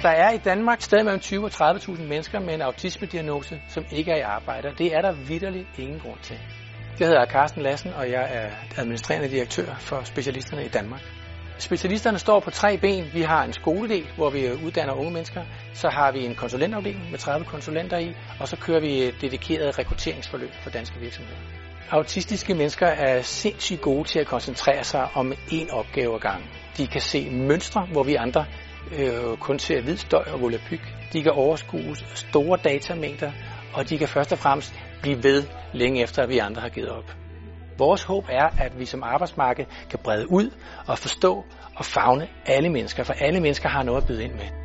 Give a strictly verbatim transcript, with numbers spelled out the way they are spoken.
Der er i Danmark stadig mellem tyve og tredive tusind mennesker med en autismediagnose, som ikke er i arbejde. Det er der vitterligt ingen grund til. Jeg hedder Carsten Lassen, og jeg er administrerende direktør for specialisterne i Danmark. Specialisterne står på tre ben. Vi har en skoledel, hvor vi uddanner unge mennesker. Så har vi en konsulentafdeling med tredive konsulenter i, og så kører vi et dedikeret rekrutteringsforløb for danske virksomheder. Autistiske mennesker er sindssygt gode til at koncentrere sig om én opgave ad gangen. De kan se mønstre, hvor vi andre øh, kun ser hvid støj og volapyk. De kan overskue store datamængder, og de kan først og fremmest blive ved længe efter, at vi andre har givet op. Vores håb er, at vi som arbejdsmarked kan brede ud og forstå og favne alle mennesker, for alle mennesker har noget at byde ind med.